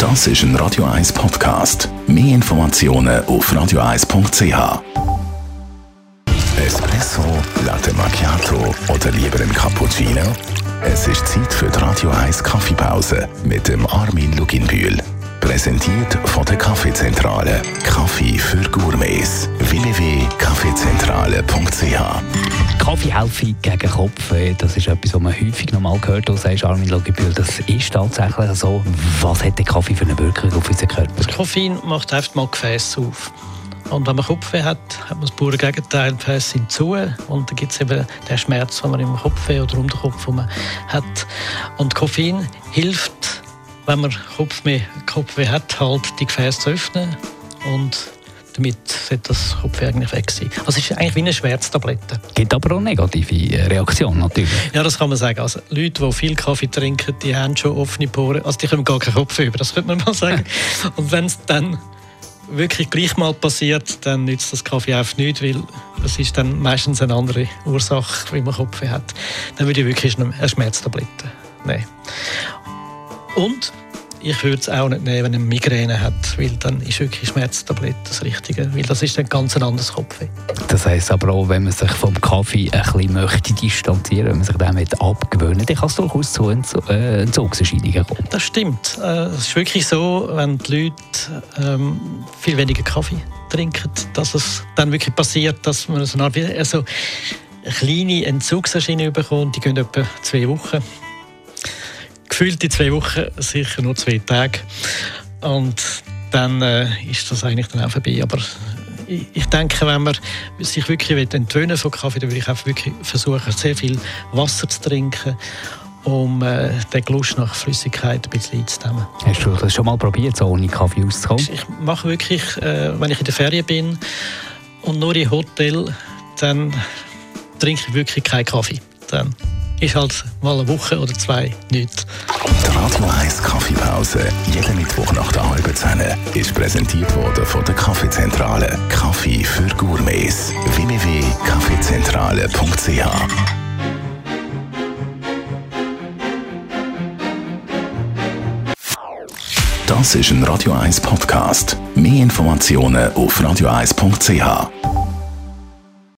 Das ist ein Radio 1 Podcast. Mehr Informationen auf radio1.ch. Espresso, Latte Macchiato oder lieber ein Cappuccino? Es ist Zeit für die Radio 1 Kaffeepause mit dem Armin Luginbühl. Präsentiert von der Kaffeezentrale. Kaffee für Gourmets. www.kaffeezentrale.ch. Kaffee helfen gegen Kopfweh, das ist etwas, was man häufig noch mal hört. Du sagst, Armin Luginbühl, das ist tatsächlich so. Was hat der Kaffee für eine Wirkung auf unseren Körper? Das Koffein macht einfach mal Gefäße auf. Und wenn man Kopfweh hat, hat man das pure Gegenteil, die Gefäße sind zu. Und dann gibt es eben den Schmerz, den man im Kopfweh oder um den Kopf hat. Und Koffein hilft, wenn man Kopfweh hat, halt die Gefäße zu öffnen. Und damit sollte das Kopfweh eigentlich weg sein. Also es ist eigentlich wie eine Schmerztablette. Gibt aber auch negative Reaktionen natürlich. Ja, das kann man sagen. Also Leute, die viel Kaffee trinken, die haben schon offene Poren. Also die kommen gar keinen Kopfweh über, das könnte man mal sagen. Und wenn es dann wirklich gleich mal passiert, dann nützt das Kaffee einfach nichts, weil es ist dann meistens eine andere Ursache, wie man Kopfweh hat. Dann würde ich wirklich eine Schmerztablette nehmen. Und ich würde es auch nicht nehmen, wenn man Migräne hat, weil dann ist wirklich Schmerztablette das Richtige, weil das ist dann ganz ein anderes Kopfweh. Das heisst aber auch, wenn man sich vom Kaffee ein bisschen möchte distanzieren, wenn man sich dem abgewöhnen möchte, dann kann es durchaus zu Entzugserscheinungen kommen. Das stimmt. Es ist wirklich so, wenn die Leute viel weniger Kaffee trinken, dass es dann wirklich passiert, dass man so eine kleine Entzugserscheinungen bekommt. Die gehen etwa 2 Wochen. Gefühlt in 2 Wochen sicher nur 2 Tage. Und dann ist das eigentlich dann auch vorbei. Aber ich denke, wenn man sich wirklich entwöhnen von Kaffee, dann würde ich auch wirklich versuchen, sehr viel Wasser zu trinken, um den Genuss nach Flüssigkeit ein bisschen einzudämmen. Hast du das schon mal probiert, so ohne Kaffee auszukommen? Ich mache wirklich, wenn ich in der Ferien bin und nur im Hotel, dann trinke ich wirklich keinen Kaffee. Dann ist halt mal eine Woche oder 2 nichts. Die Radio 1 Kaffeepause, jeden Mittwoch nach der 9:30, ist präsentiert worden von der Kaffeezentrale. Kaffee für Gourmets. www.kaffeezentrale.ch. Das ist ein Radio 1 Podcast. Mehr Informationen auf radio1.ch.